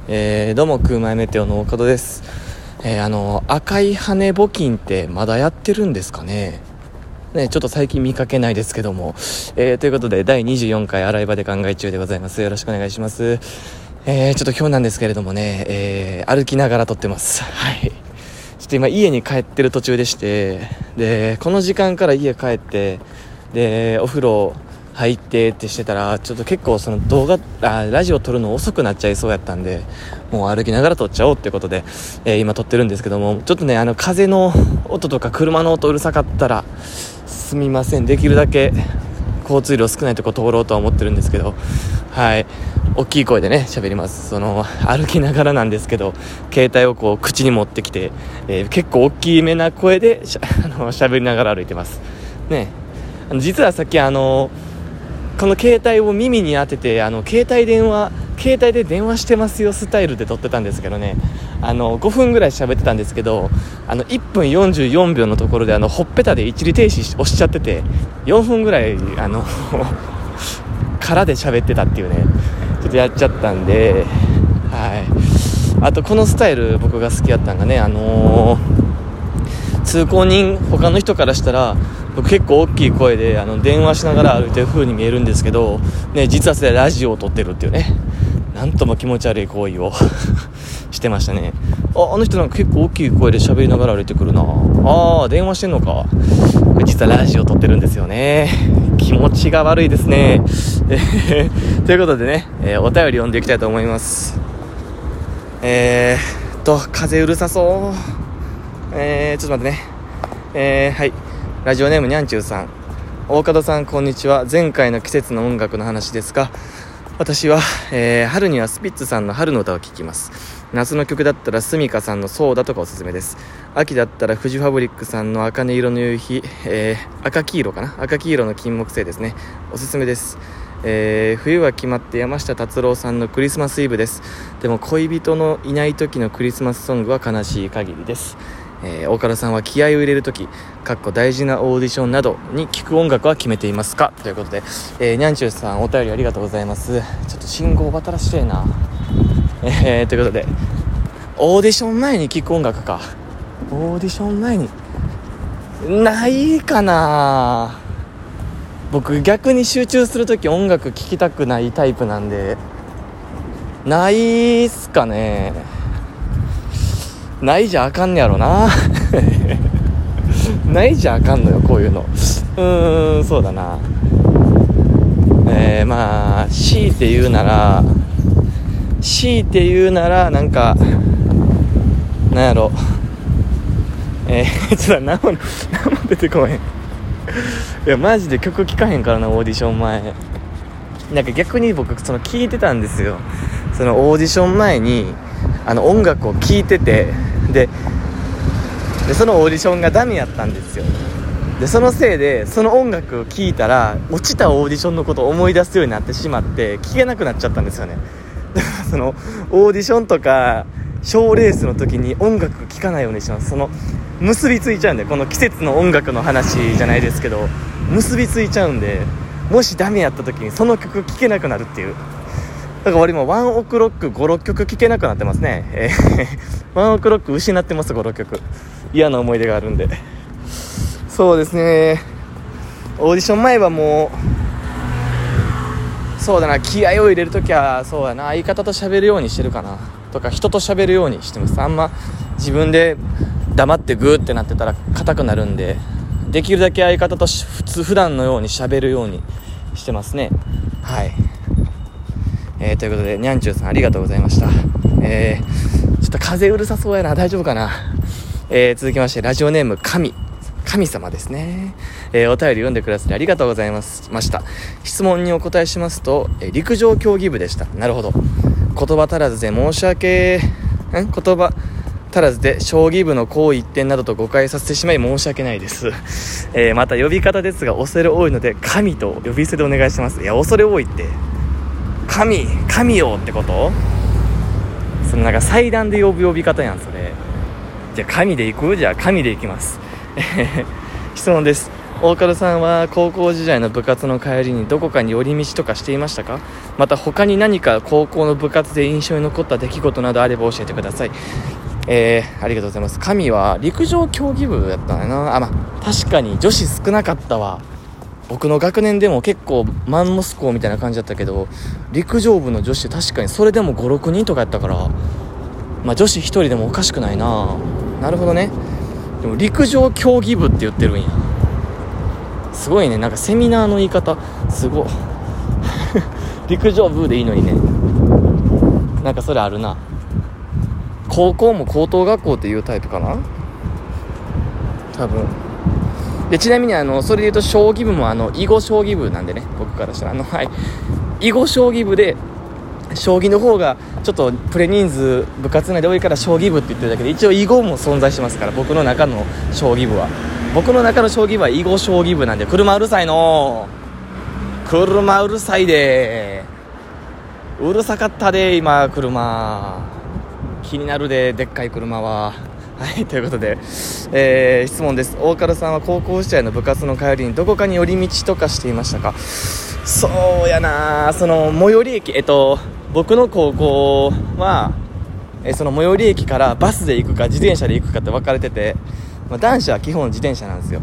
どうも空前メテオの岡戸です。赤い羽募金ってまだやってるんですかね。ちょっと最近見かけないですけども、ということで第24回洗い場で考え中でございます。よろしくお願いします。ちょっと今日なんですけれどもね、歩きながら撮ってます。はい。ちょっと今家に帰ってる途中でして、でこの時間から家帰って、でお風呂入ってってしてたら、ちょっと結構そのラジオ撮るの遅くなっちゃいそうやったんで、もう歩きながら撮っちゃおうってことで、今撮ってるんですけども、ちょっとね風の音とか車の音うるさかったらすみません。できるだけ交通量少ないとこ通ろうとは思ってるんですけど、はい、大きい声でね喋ります。歩きながらなんですけど、携帯をこう口に持ってきて、結構大きめな声で喋りながら歩いてますね。実はさっきこの携帯を耳に当てて携帯で電話してますよスタイルで撮ってたんですけどね、5分ぐらい喋ってたんですけど、1分44秒のところでほっぺたで一時停止押しちゃってて、4分ぐらい空で喋ってたっていうね、ちょっとやっちゃったんで、はい。あとこのスタイル僕が好きやったんがね、通行人他の人からしたら僕結構大きい声で電話しながら歩いてる風に見えるんですけど、実はそれラジオを撮ってるっていうね、なんとも気持ち悪い行為をしてましたね。あの人なんか結構大きい声で喋りながら歩いてくるなあ、電話してんのか。これ実はラジオを撮ってるんですよね。気持ちが悪いですね。ということでね、お便り読んでいきたいと思います。風うるさそう。ちょっと待ってね。はい。ラジオネームにゃんちゅうさん。大門さんこんにちは。前回の季節の音楽の話ですが、私は、春にはスピッツさんの春の歌を聴きます。夏の曲だったらスミカさんのソーダとかおすすめです。秋だったらフジファブリックさんの茜色の夕日、赤黄色の金木犀ですね、おすすめです。冬は決まって山下達郎さんのクリスマスイブです。でも恋人のいない時のクリスマスソングは悲しい限りです。大門さんは気合を入れるとき大事なオーディションなどに聴く音楽は決めていますか、ということで、にゃんちゅうさんお便りありがとうございます。ちょっと信号渡らしてえな。ということで、オーディション前に聴く音楽か。オーディション前にないかな。僕逆に集中するとき音楽聴きたくないタイプなんで、ないっすかね。ないじゃあかんねやろな。ないじゃあかんのよこういうの。そうだな。まあ強いて言うならなんかなんやろ。ちょっと何も出てこへん。いやマジで曲聴かへんからな、オーディション前。なんか逆に僕聞いてたんですよ。そのオーディション前に音楽を聴いてて、でそのオーディションがダメやったんですよ。でそのせいでその音楽を聴いたら落ちたオーディションのことを思い出すようになってしまって聴けなくなっちゃったんですよね。だからそのオーディションとか賞レースの時に音楽聴かないようにします。結びついちゃうんで、この季節の音楽の話じゃないですけど結びついちゃうんで、もしダメやった時にその曲聴けなくなるっていう。だから俺もワンオクロック 5,6 曲聴けなくなってますね。ワンオクロック失ってます。5、6曲嫌な思い出があるんで。そうですね、オーディション前はもうそうだな、気合を入れるときはそうだな、相方と喋るようにしてるかなとか、人と喋るようにしてます。あんま自分で黙ってグーってなってたら硬くなるんで、できるだけ相方と普段のように喋るようにしてますね。はい。ということでにゃんちゅうさんありがとうございました。ちょっと風うるさそうやな、大丈夫かな。続きましてラジオネーム神様ですね。お便り読んでくださりありがとうございました。質問にお答えしますと、陸上競技部でした。なるほど。言葉足らずで将棋部の行為一点などと誤解させてしまい申し訳ないです。また呼び方ですが恐れ多いので神と呼び捨てでお願いします。いや恐れ多いって神よってこと？なんか祭壇で呼ぶ呼び方やんそれ。じゃあ神で行く？じゃあ神で行きます。質問です。 大門さんは高校時代の部活の帰りにどこかに寄り道とかしていましたか？また他に何か高校の部活で印象に残った出来事などあれば教えてください。ありがとうございます。神は陸上競技部やったんやな。確かに女子少なかったわ。僕の学年でも結構マンモス校みたいな感じだったけど、陸上部の女子確かにそれでも 5,6 人とかやったから、女子1人でもおかしくないな。なるほどね。でも陸上競技部って言ってるんや。すごいね。なんかセミナーの言い方すごい陸上部でいいのにね。なんかそれあるな。高校も高等学校っていうタイプかな多分で。ちなみにそれで言うと将棋部も囲碁将棋部なんでね、僕からしたら囲碁将棋部で、将棋の方がちょっとプレ人数部活内で多いから将棋部って言ってるだけで、一応囲碁も存在してますから。僕の中の将棋部は囲碁将棋部なんで。車うるさいで、うるさかったで今。車気になるで、でっかい車は。はい、ということで、質問です。大門さんは高校時代の部活の帰りにどこかに寄り道とかしていましたか？そうやな、最寄り駅、僕の高校は、その最寄り駅からバスで行くか自転車で行くかって分かれてて、男子は基本自転車なんですよ。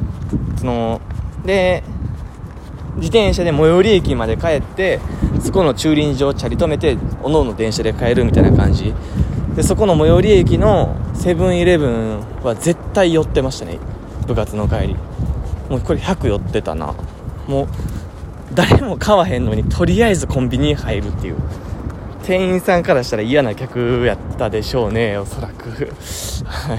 で自転車で最寄り駅まで帰って、そこの駐輪場チャリ止めておのおの電車で帰るみたいな感じで、そこの最寄り駅のセブンイレブンは絶対寄ってましたね。部活の帰りもうこれ100寄ってたな。もう誰も買わへんのにとりあえずコンビニに入るっていう、店員さんからしたら嫌な客やったでしょうね、おそらくはい。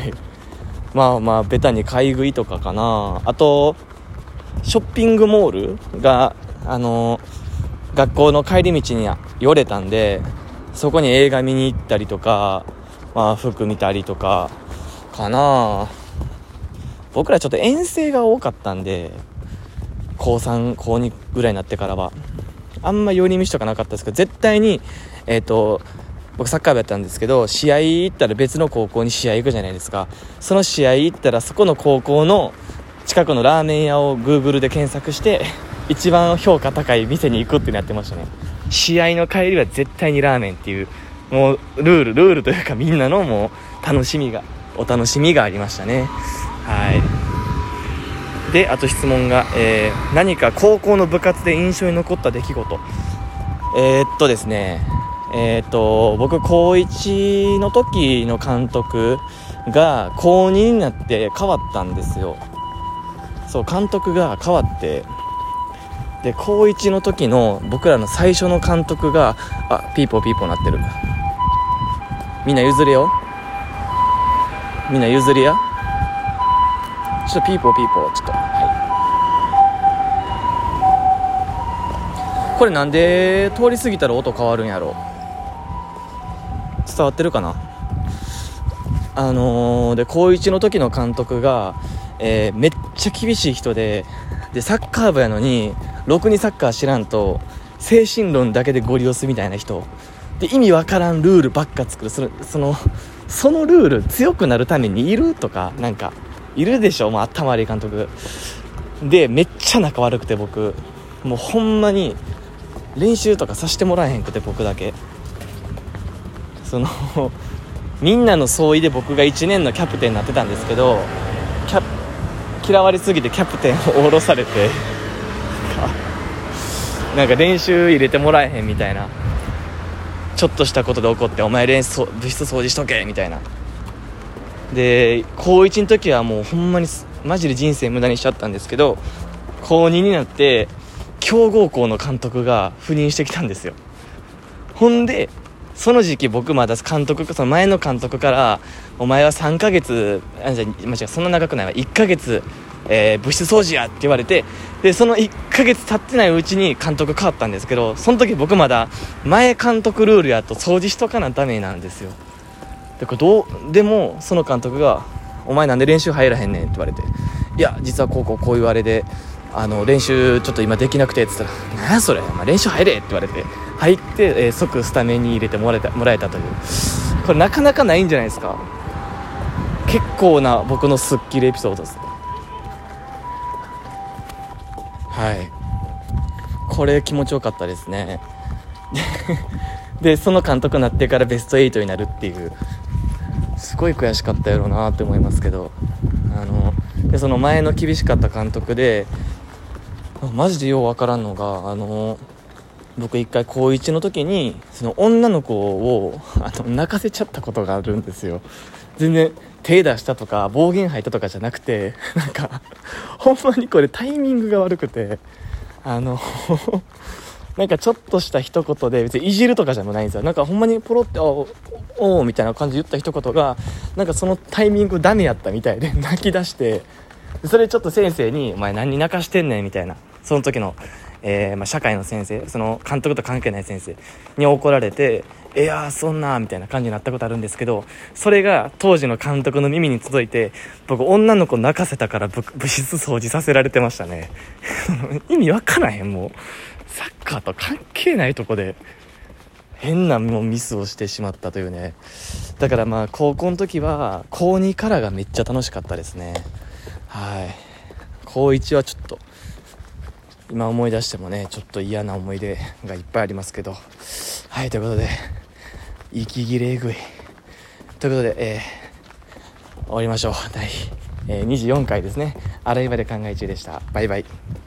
ベタに買い食いとかかな。あとショッピングモールが学校の帰り道に寄れたんで、そこに映画見に行ったりとか、服見たりとかかな。僕らちょっと遠征が多かったんで、高3高2ぐらいになってからはあんま寄り道とかなかったですけど、絶対に僕サッカー部やったんですけど、試合行ったら別の高校に試合行くじゃないですか。その試合行ったらそこの高校の近くのラーメン屋を Google で検索して一番評価高い店に行くってなってましたね。試合の帰りは絶対にラーメンっていう、もうルールというか、みんなのもうお楽しみがありましたね。はい。で、あと質問が、何か高校の部活で印象に残った出来事。ですね、僕高1の時の監督が高2になって変わったんですよ。そう、監督が変わって、で高1の時の僕らの最初の監督がピーポーなってる。みんな譲れよ、みんな譲りや。ちょっとピーポーちょっと、はい。これなんで通り過ぎたら音変わるんやろ。伝わってるかな。で高1の時の監督が、めっちゃ厳しい人でサッカー部やのにろくにサッカー知らんと精神論だけでゴリ押すみたいな人で、意味わからんルールばっか作る。そのルール強くなるためにいるとか、なんかいるでしょ。もう頭悪い監督で、めっちゃ仲悪くて、僕もうほんまに練習とかさせてもらえへんくて、僕だけみんなの総意で僕が1年のキャプテンになってたんですけど、嫌われすぎてキャプテンを降ろされてなんか練習入れてもらえへんみたいな、ちょっとしたことで怒って、お前部室掃除しとけみたいな。で高1の時はもうほんまにマジで人生無駄にしちゃったんですけど、高2になって強豪校の監督が赴任してきたんですよ。ほんでその時期僕まだその前の監督から、お前は3ヶ月そんな長くないわ、1ヶ月、部室掃除やって言われて、でその1ヶ月経ってないうちに監督変わったんですけど、その時僕まだ前監督ルールやと掃除しとかなダメなんですよ。でもその監督が、お前なんで練習入らへんねんって言われて、いや実はこういうあれで練習ちょっと今できなくてって言ったら、なんやそれ、練習入れって言われて入って、即スタメンに入れてもらえたという、これなかなかないんじゃないですか。結構な僕のスッキリエピソードです。 はい、これ気持ちよかったですね。でその監督になってからベスト8になるっていう、すごい悔しかったやろうなって思いますけど、でその前の厳しかった監督でマジでようわからんのが、僕一回高1の時にその女の子を泣かせちゃったことがあるんですよ。全然手出したとか暴言吐いたとかじゃなくて、なんかほんまにこれタイミングが悪くて、なんかちょっとした一言で別にいじるとかじゃないんですよ。なんかほんまにポロっておみたいな感じで言った一言がなんかそのタイミングダメやったみたいで泣き出して、それちょっと先生にお前何泣かしてんねんみたいな、その時の、社会の先生、その監督と関係ない先生に怒られて、いやそんなみたいな感じになったことあるんですけど、それが当時の監督の耳に届いて、僕女の子泣かせたから部室掃除させられてましたね。意味わからへん、もうサッカーと関係ないとこで変なもうミスをしてしまったというね。だからまあ高校の時は高2からがめっちゃ楽しかったですね。はい、高1はちょっと今思い出してもねちょっと嫌な思い出がいっぱいありますけど、はい、ということで息切れえぐいということで、終わりましょう。第、24回ですね。洗い場で考え中でした。バイバイ。